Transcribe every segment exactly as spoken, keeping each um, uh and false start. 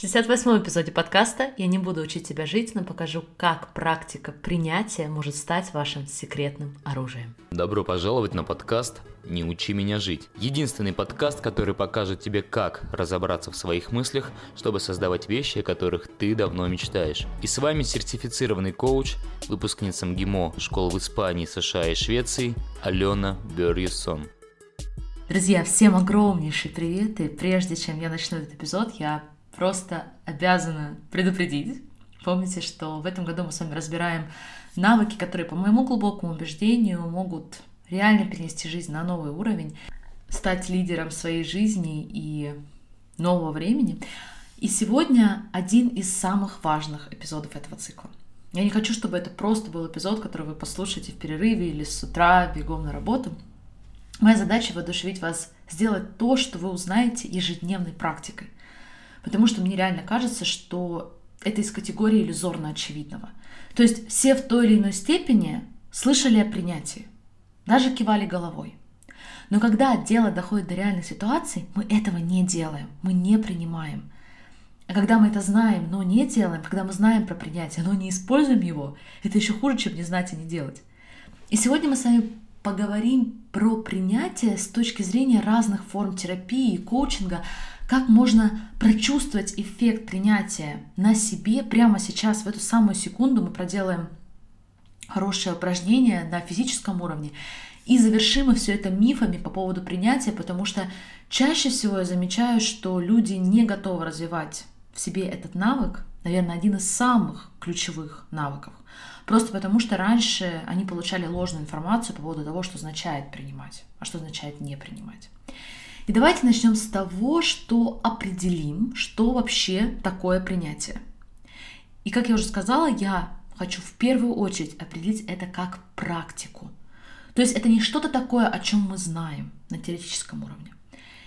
шестьдесят восьмом эпизоде подкаста «Я не буду учить тебя жить, но покажу, как практика принятия может стать вашим секретным оружием». Добро пожаловать на подкаст «Не учи меня жить». Единственный подкаст, который покажет тебе, как разобраться в своих мыслях, чтобы создавать вещи, о которых ты давно мечтаешь. И с вами сертифицированный коуч, выпускница МГИМО школ в Испании, США и Швеции Алена Бёрьессон. Друзья, всем огромнейший привет, и прежде чем я начну этот эпизод, я просто обязана предупредить. Помните, что в этом году мы с вами разбираем навыки, которые, по моему глубокому убеждению, могут реально перенести жизнь на новый уровень, стать лидером своей жизни и нового времени. И сегодня один из самых важных эпизодов этого цикла. Я не хочу, чтобы это просто был эпизод, который вы послушаете в перерыве или с утра бегом на работу. Моя задача воодушевить вас сделать то, что вы узнаете ежедневной практикой. Потому что мне реально кажется, что это из категории иллюзорно очевидного. То есть все в той или иной степени слышали о принятии, даже кивали головой. Но когда дело доходит до реальных ситуаций, мы этого не делаем, мы не принимаем. А когда мы это знаем, но не делаем, когда мы знаем про принятие, но не используем его, это еще хуже, чем не знать и не делать. И сегодня мы с вами поговорим про принятие с точки зрения разных форм терапии и коучинга, как можно прочувствовать эффект принятия на себе прямо сейчас, в эту самую секунду. Мы проделаем хорошее упражнение на физическом уровне и завершим мы все это мифами по поводу принятия, потому что чаще всего я замечаю, что люди не готовы развивать в себе этот навык, наверное, один из самых ключевых навыков, просто потому что раньше они получали ложную информацию по поводу того, что означает принимать, а что означает не принимать. И давайте начнем с того, что определим, что вообще такое принятие. И как я уже сказала, я хочу в первую очередь определить это как практику. То есть это не что-то такое, о чем мы знаем на теоретическом уровне.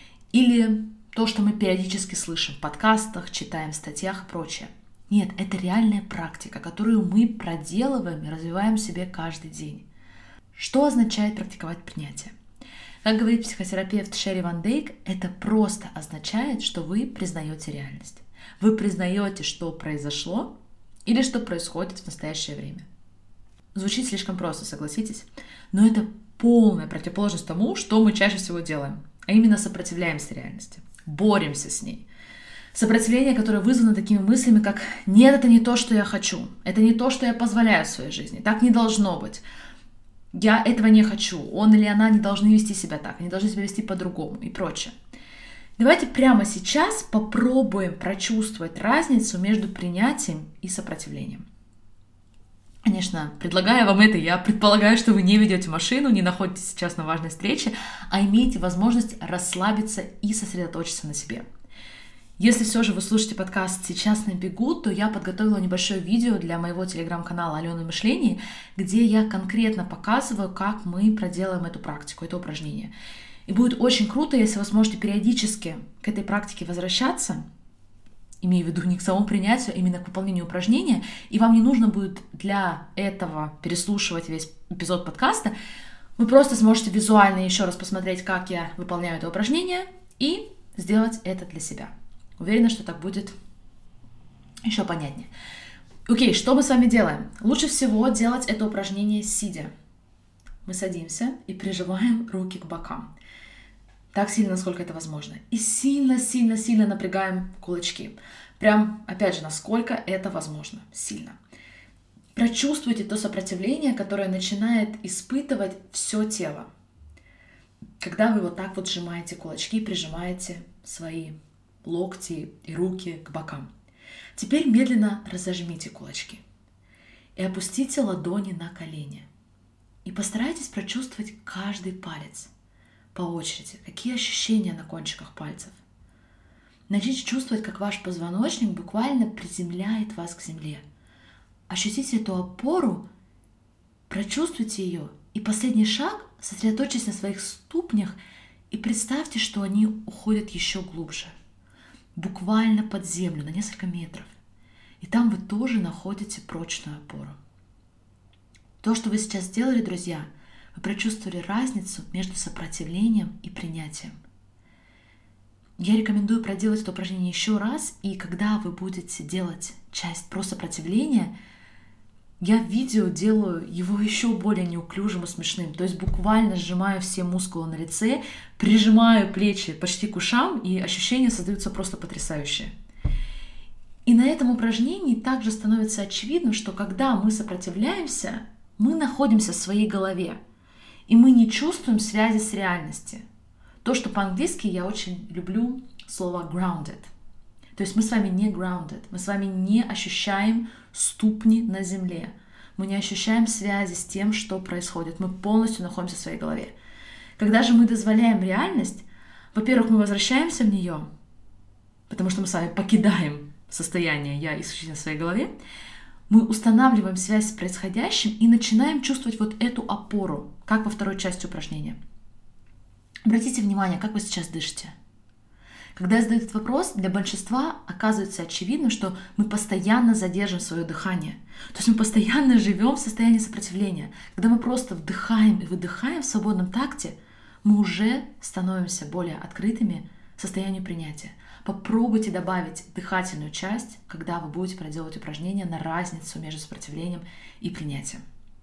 Или то, что мы периодически слышим в подкастах, читаем в статьях и прочее. Нет, это реальная практика, которую мы проделываем и развиваем в себе каждый день. Что означает практиковать принятие? Как говорит психотерапевт Шерри Ван Дейк, это просто означает, что вы признаете реальность. Вы признаете, что произошло или что происходит в настоящее время. Звучит слишком просто, согласитесь? Но это полная противоположность тому, что мы чаще всего делаем. А именно сопротивляемся реальности, боремся с ней. Сопротивление, которое вызвано такими мыслями, как «нет, это не то, что я хочу, это не то, что я позволяю в своей жизни, так не должно быть». Я этого не хочу, он или она не должны вести себя так, они должны себя вести по-другому и прочее. Давайте прямо сейчас попробуем прочувствовать разницу между принятием и сопротивлением. Конечно, предлагая вам это, я предполагаю, что вы не ведете машину, не находитесь сейчас на важной встрече, а имеете возможность расслабиться и сосредоточиться на себе. Если все же вы слушаете подкаст сейчас на бегу, то я подготовила небольшое видео для моего телеграм-канала «Алена Мышление», где я конкретно показываю, как мы проделаем эту практику, это упражнение. И будет очень круто, если вы сможете периодически к этой практике возвращаться, имею в виду не к самому принятию, а именно к выполнению упражнения, и вам не нужно будет для этого переслушивать весь эпизод подкаста, вы просто сможете визуально еще раз посмотреть, как я выполняю это упражнение, и сделать это для себя. Уверена, что так будет еще понятнее. Окей, что мы с вами делаем? Лучше всего делать это упражнение сидя. Мы садимся и прижимаем руки к бокам. Так сильно, насколько это возможно. И сильно-сильно-сильно напрягаем кулачки. Прям, опять же, насколько это возможно. Сильно. Прочувствуйте то сопротивление, которое начинает испытывать все тело. Когда вы вот так вот сжимаете кулачки, прижимаете свои локти и руки к бокам. Теперь медленно разожмите кулачки и опустите ладони на колени. И постарайтесь прочувствовать каждый палец по очереди. Какие ощущения на кончиках пальцев? Начните чувствовать, как ваш позвоночник буквально приземляет вас к земле. Ощутите эту опору, прочувствуйте ее. И последний шаг – сосредоточьтесь на своих ступнях и представьте, что они уходят еще глубже. Буквально под землю на несколько метров. И там вы тоже находите прочную опору. То, что вы сейчас сделали, друзья, вы прочувствовали разницу между сопротивлением и принятием. я рекомендую проделать это упражнение еще раз, и когда вы будете делать часть про сопротивление, я в видео делаю его еще более неуклюжим и смешным. То есть буквально сжимаю все мускулы на лице, прижимаю плечи почти к ушам, и ощущения создаются просто потрясающие. И на этом упражнении также становится очевидно, что когда мы сопротивляемся, мы находимся в своей голове, и мы не чувствуем связи с реальностью. То, что по-английски я очень люблю слово grounded. То есть мы с вами не grounded, мы с вами не ощущаем ступни на земле, мы не ощущаем связи с тем, что происходит, мы полностью находимся в своей голове. Когда же мы дозволяем реальность, во-первых, мы возвращаемся в нее, потому что мы с вами покидаем состояние «я» исключительно в своей голове, мы устанавливаем связь с происходящим и начинаем чувствовать вот эту опору, как во второй части упражнения. Обратите внимание, как вы сейчас дышите. Когда я задаю этот вопрос, для большинства оказывается очевидно, что мы постоянно задерживаем свое дыхание. То есть мы постоянно живем в состоянии сопротивления. Когда мы просто вдыхаем и выдыхаем в свободном такте, мы уже становимся более открытыми к состоянию принятия. Попробуйте добавить дыхательную часть, когда вы будете проделывать упражнения на разницу между сопротивлением и принятием.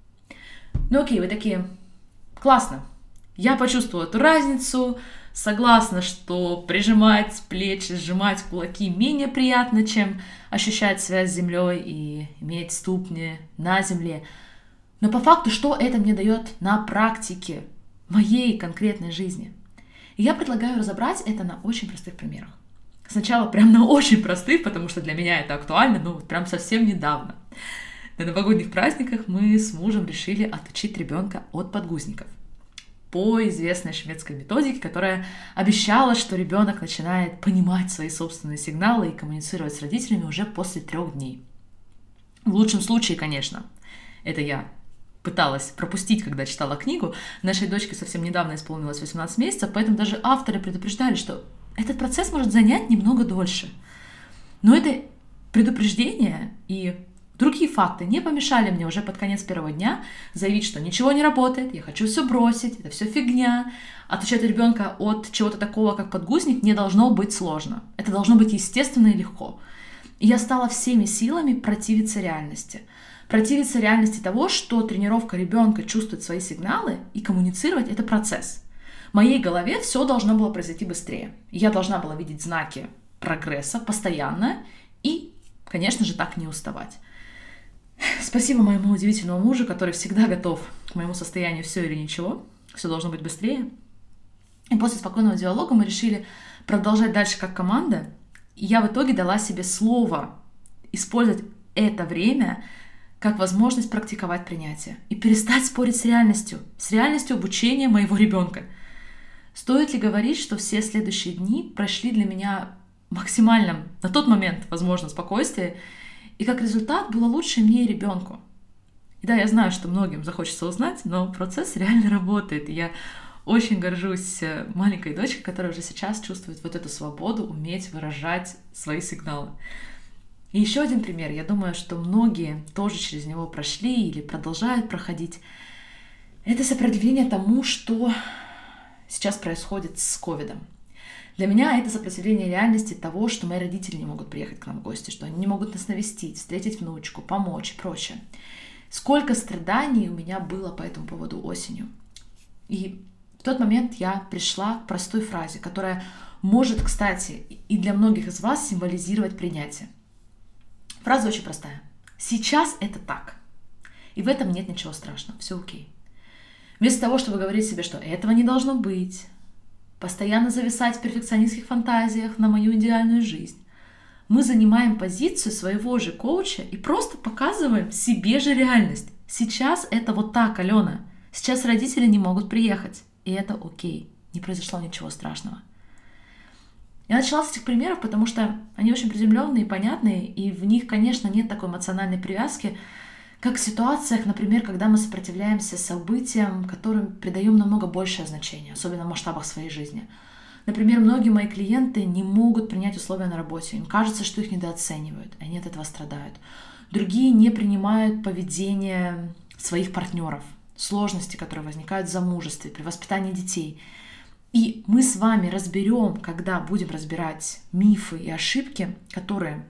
Ну окей, вы такие, классно. Я почувствовала эту разницу, согласна, что прижимать плечи, сжимать кулаки менее приятно, чем ощущать связь с землей и иметь ступни на земле. Но по факту, что это мне дает на практике моей конкретной жизни? И я предлагаю разобрать это на очень простых примерах. Сначала прям на очень простых, потому что для меня это актуально, ну прям совсем недавно. На новогодних праздниках мы с мужем решили отучить ребенка от подгузников по известной шведской методике, которая обещала, что ребенок начинает понимать свои собственные сигналы и коммуницировать с родителями уже после трех дней. В лучшем случае, конечно, это я пыталась пропустить, когда читала книгу. Нашей дочке совсем недавно исполнилось восемнадцать месяцев, поэтому даже авторы предупреждали, что этот процесс может занять немного дольше. Но это предупреждение и другие факты не помешали мне уже под конец первого дня заявить, что ничего не работает, я хочу все бросить, это все фигня. Отучать ребенка от чего-то такого, как подгузник, не должно быть сложно. Это должно быть естественно и легко. И я стала всеми силами противиться реальности. Противиться реальности того, что тренировка ребенка чувствует свои сигналы и коммуницировать — это процесс. В моей голове все должно было произойти быстрее. Я должна была видеть знаки прогресса постоянно и, конечно же, так не уставать. Спасибо моему удивительному мужу, который всегда готов к моему состоянию все или ничего, все должно быть быстрее. И после спокойного диалога мы решили продолжать дальше как команда, и я в итоге дала себе слово использовать это время как возможность практиковать принятие и перестать спорить с реальностью, с реальностью обучения моего ребенка. Стоит ли говорить, что все следующие дни прошли для меня максимальным, на тот момент, возможно, спокойствие, и как результат было лучше мне и ребенку. И да, я знаю, что многим захочется узнать, но процесс реально работает. И я очень горжусь маленькой дочкой, которая уже сейчас чувствует вот эту свободу, уметь выражать свои сигналы. И еще один пример. Я думаю, что многие тоже через него прошли или продолжают проходить. Это сопротивление тому, что сейчас происходит с ковидом. Для меня это сопротивление реальности того, что мои родители не могут приехать к нам в гости, что они не могут нас навестить, встретить внучку, помочь и прочее. Сколько страданий у меня было по этому поводу осенью. И в тот момент я пришла к простой фразе, которая может, кстати, и для многих из вас символизировать принятие. Фраза очень простая. Сейчас это так. И в этом нет ничего страшного. Все окей. Вместо того, чтобы говорить себе, что этого не должно быть, постоянно зависать в перфекционистских фантазиях на мою идеальную жизнь, мы занимаем позицию своего же коуча и просто показываем себе же реальность. Сейчас это вот так, Алена. Сейчас родители не могут приехать. И это окей. Не произошло ничего страшного. Я начала с этих примеров, потому что они очень приземленные и понятные, и в них, конечно, нет такой эмоциональной привязки, как в ситуациях, например, когда мы сопротивляемся событиям, которым придаем намного большее значение, особенно в масштабах своей жизни. Например, многие мои клиенты не могут принять условия на работе. Им кажется, что их недооценивают, и они от этого страдают. Другие не принимают поведение своих партнеров, сложности, которые возникают в замужестве, при воспитании детей. И мы с вами разберем, когда будем разбирать мифы и ошибки, которые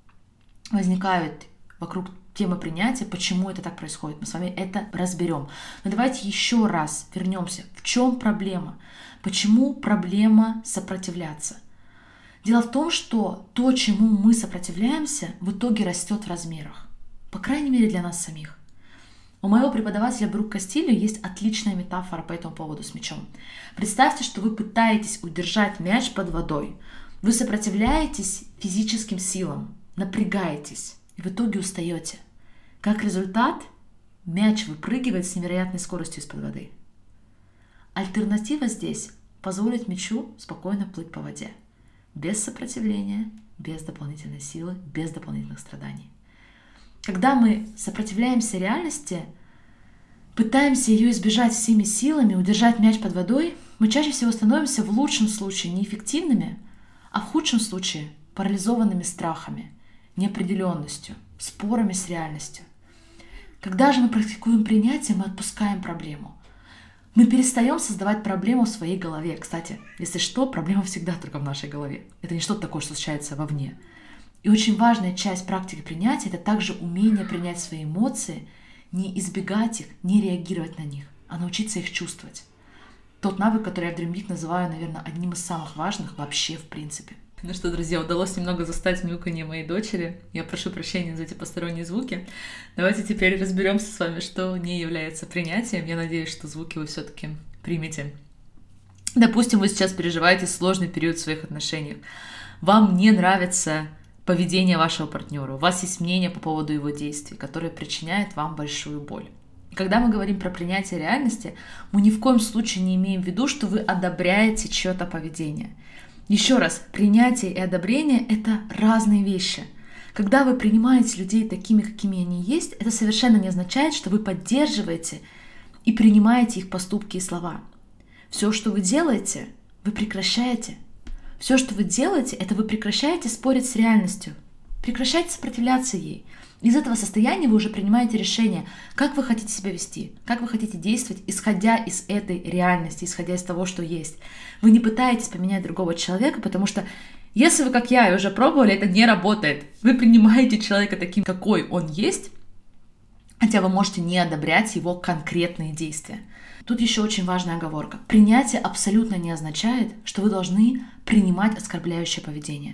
возникают вокруг темы принятия, почему это так происходит. Мы с вами это разберем. Но давайте еще раз вернемся. В чем проблема? Почему проблема сопротивляться? Дело в том, что то, чему мы сопротивляемся, в итоге растет в размерах. По крайней мере, для нас самих. У моего преподавателя Брук Кастильо есть отличная метафора по этому поводу с мячом. Представьте, что вы пытаетесь удержать мяч под водой. Вы сопротивляетесь физическим силам, напрягаетесь и в итоге устаете. Как результат, мяч выпрыгивает с невероятной скоростью из-под воды. Альтернатива здесь – позволить мячу спокойно плыть по воде. Без сопротивления, без дополнительной силы, без дополнительных страданий. Когда мы сопротивляемся реальности, пытаемся ее избежать всеми силами, удержать мяч под водой, мы чаще всего становимся в лучшем случае неэффективными, а в худшем случае парализованными страхами, неопределенностью, спорами с реальностью. Когда же мы практикуем принятие, мы отпускаем проблему. Мы перестаем создавать проблему в своей голове. Кстати, если что, проблема всегда только в нашей голове. Это не что-то такое, что случается вовне. И очень важная часть практики принятия – это также умение принять свои эмоции, не избегать их, не реагировать на них, а научиться их чувствовать. Тот навык, который я в Dream Big называю, наверное, одним из самых важных вообще в принципе. Ну что, друзья, удалось немного застать мяуканье моей дочери. Я прошу прощения за эти посторонние звуки. Давайте теперь разберемся с вами, что не является принятием. Я надеюсь, что звуки вы все-таки примете. Допустим, вы сейчас переживаете сложный период в своих отношениях. Вам не нравится поведение вашего партнера, у вас есть мнение по поводу его действий, которое причиняет вам большую боль. И когда мы говорим про принятие реальности, мы ни в коем случае не имеем в виду, что вы одобряете чье-то поведение. Еще раз, принятие и одобрение – это разные вещи. Когда вы принимаете людей такими, какими они есть, это совершенно не означает, что вы поддерживаете и принимаете их поступки и слова. Все, что вы делаете, вы прекращаете. Все, что вы делаете, это вы прекращаете спорить с реальностью, прекращаете сопротивляться ей. Из этого состояния вы уже принимаете решение, как вы хотите себя вести, как вы хотите действовать, исходя из этой реальности, исходя из того, что есть. Вы не пытаетесь поменять другого человека, потому что если вы, как я, и уже пробовали, это не работает. Вы принимаете человека таким, какой он есть, хотя вы можете не одобрять его конкретные действия. Тут еще очень важная оговорка. Принятие абсолютно не означает, что вы должны принимать оскорбляющее поведение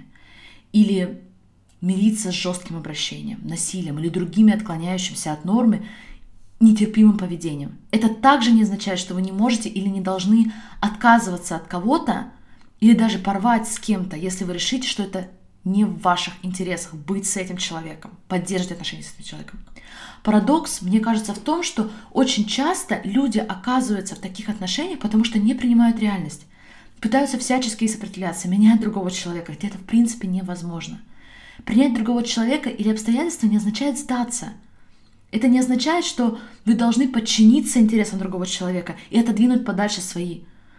или мириться с жестким обращением, насилием или другими отклоняющимся от нормы нетерпимым поведением. Это также не означает, что вы не можете или не должны отказываться от кого-то или даже порвать с кем-то, если вы решите, что это не в ваших интересах быть с этим человеком, поддерживать отношения с этим человеком. Парадокс, мне кажется, в том, что очень часто люди оказываются в таких отношениях, потому что не принимают реальность, пытаются всячески сопротивляться, менять другого человека, хотя это в принципе невозможно. Принять другого человека или обстоятельства не означает сдаться. Это не означает, что вы должны подчиниться интересам другого человека и отодвинуть подальше свои.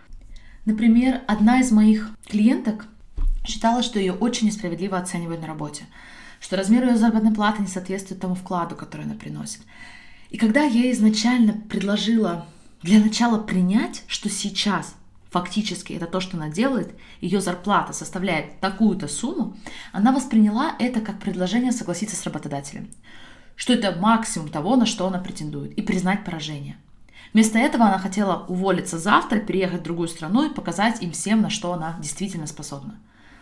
Например, одна из моих клиенток считала, что ее очень несправедливо оценивают на работе, что размер ее заработной платы не соответствует тому вкладу, который она приносит. И когда я ей изначально предложила для начала принять, что сейчас фактически это то, что она делает, ее зарплата составляет такую-то сумму, она восприняла это как предложение согласиться с работодателем, что это максимум того, на что она претендует, и признать поражение. Вместо этого она хотела уволиться завтра, переехать в другую страну и показать им всем, на что она действительно способна.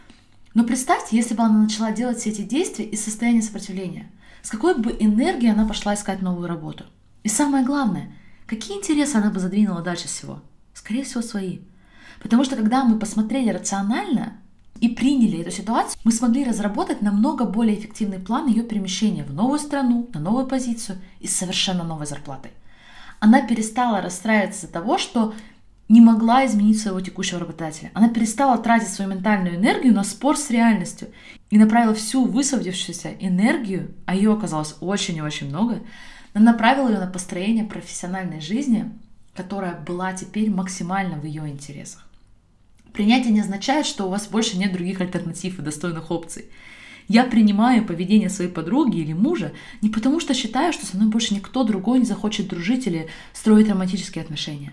Но представьте, если бы она начала делать все эти действия из состояния сопротивления, с какой бы энергией она пошла искать новую работу. И самое главное, какие интересы она бы задвинула дальше всего? Скорее всего, свои. Потому что когда мы посмотрели рационально и приняли эту ситуацию, мы смогли разработать намного более эффективный план ее перемещения в новую страну, на новую позицию и с совершенно новой зарплатой. Она перестала расстраиваться из-за того, что не могла изменить своего текущего работодателя. Она перестала тратить свою ментальную энергию на спор с реальностью и направила всю высвободившуюся энергию, а ее оказалось очень и очень много, она направила ее на построение профессиональной жизни, которая была теперь максимально в ее интересах. Принятие не означает, что у вас больше нет других альтернатив и достойных опций. Я принимаю поведение своей подруги или мужа не потому, что считаю, что со мной больше никто другой не захочет дружить или строить романтические отношения,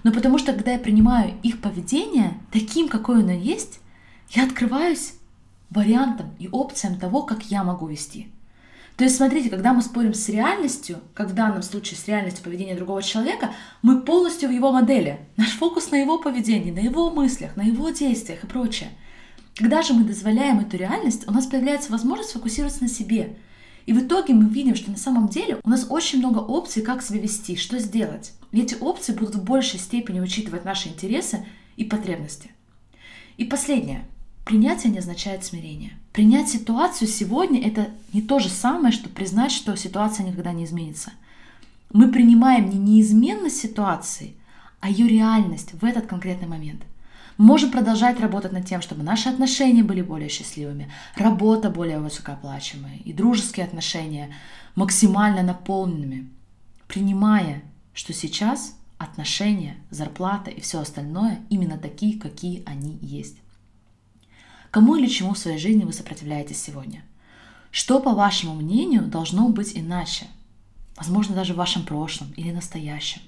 но потому что, когда я принимаю их поведение таким, какое оно есть, я открываюсь вариантам и опциям того, как я могу вести. То есть, смотрите, когда мы спорим с реальностью, как в данном случае с реальностью поведения другого человека, мы полностью в его модели. Наш фокус на его поведении, на его мыслях, на его действиях и прочее. Когда же мы дозволяем эту реальность, у нас появляется возможность фокусироваться на себе. И в итоге мы видим, что на самом деле у нас очень много опций, как себя вести, что сделать. И эти опции будут в большей степени учитывать наши интересы и потребности. И последнее. Принятие не означает смирение. Принять ситуацию сегодня – это не то же самое, что признать, что ситуация никогда не изменится. Мы принимаем не неизменность ситуации, а ее реальность в этот конкретный момент. Мы можем продолжать работать над тем, чтобы наши отношения были более счастливыми, работа более высокооплачиваемой и дружеские отношения максимально наполненными, принимая, что сейчас отношения, зарплата и все остальное именно такие, какие они есть. Кому или чему в своей жизни вы сопротивляетесь сегодня? Что, по вашему мнению, должно быть иначе? Возможно, даже в вашем прошлом или настоящем.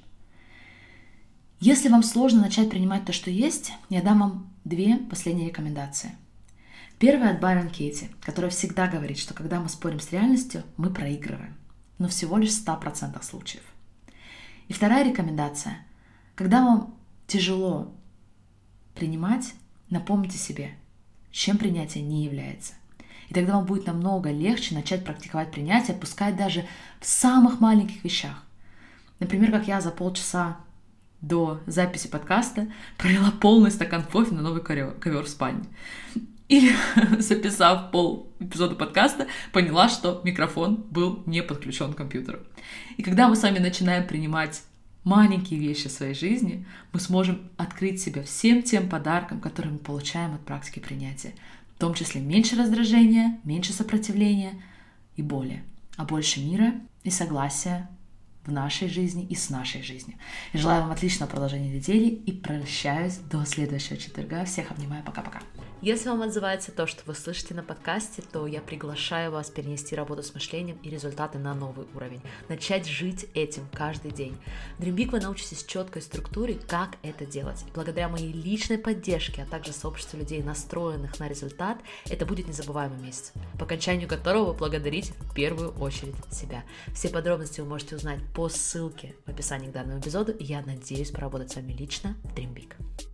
Если вам сложно начать принимать то, что есть, я дам вам две последние рекомендации. Первая от Байрон Кейти, которая всегда говорит, что когда мы спорим с реальностью, мы проигрываем, но всего лишь в ста процентах случаев. И вторая рекомендация. Когда вам тяжело принимать, напомните себе, чем принятие не является. И тогда вам будет намного легче начать практиковать принятие, пускай даже в самых маленьких вещах. Например, как я за полчаса до записи подкаста пролила полный стакан кофе на новый ковер, ковер в спальне. Или, записав пол эпизода подкаста, поняла, что микрофон был не подключен к компьютеру. И когда мы с вами начинаем принимать маленькие вещи в своей жизни, мы сможем открыть себя всем тем подаркам, которые мы получаем от практики принятия. В том числе меньше раздражения, меньше сопротивления и боли, а больше мира и согласия в нашей жизни и с нашей жизнью. Я желаю вам отличного продолжения недели и прощаюсь до следующего четверга. Всех обнимаю, пока-пока. Если вам отзывается то, что вы слышите на подкасте, то я приглашаю вас перенести работу с мышлением и результаты на новый уровень. Начать жить этим каждый день. В Dream Big вы научитесь четкой структуре, как это делать. И благодаря моей личной поддержке, а также сообществу людей, настроенных на результат, это будет незабываемый месяц, по окончанию которого вы благодарите в первую очередь себя. Все подробности вы можете узнать по ссылке в описании к данному эпизоду, и я надеюсь поработать с вами лично в Dream Big.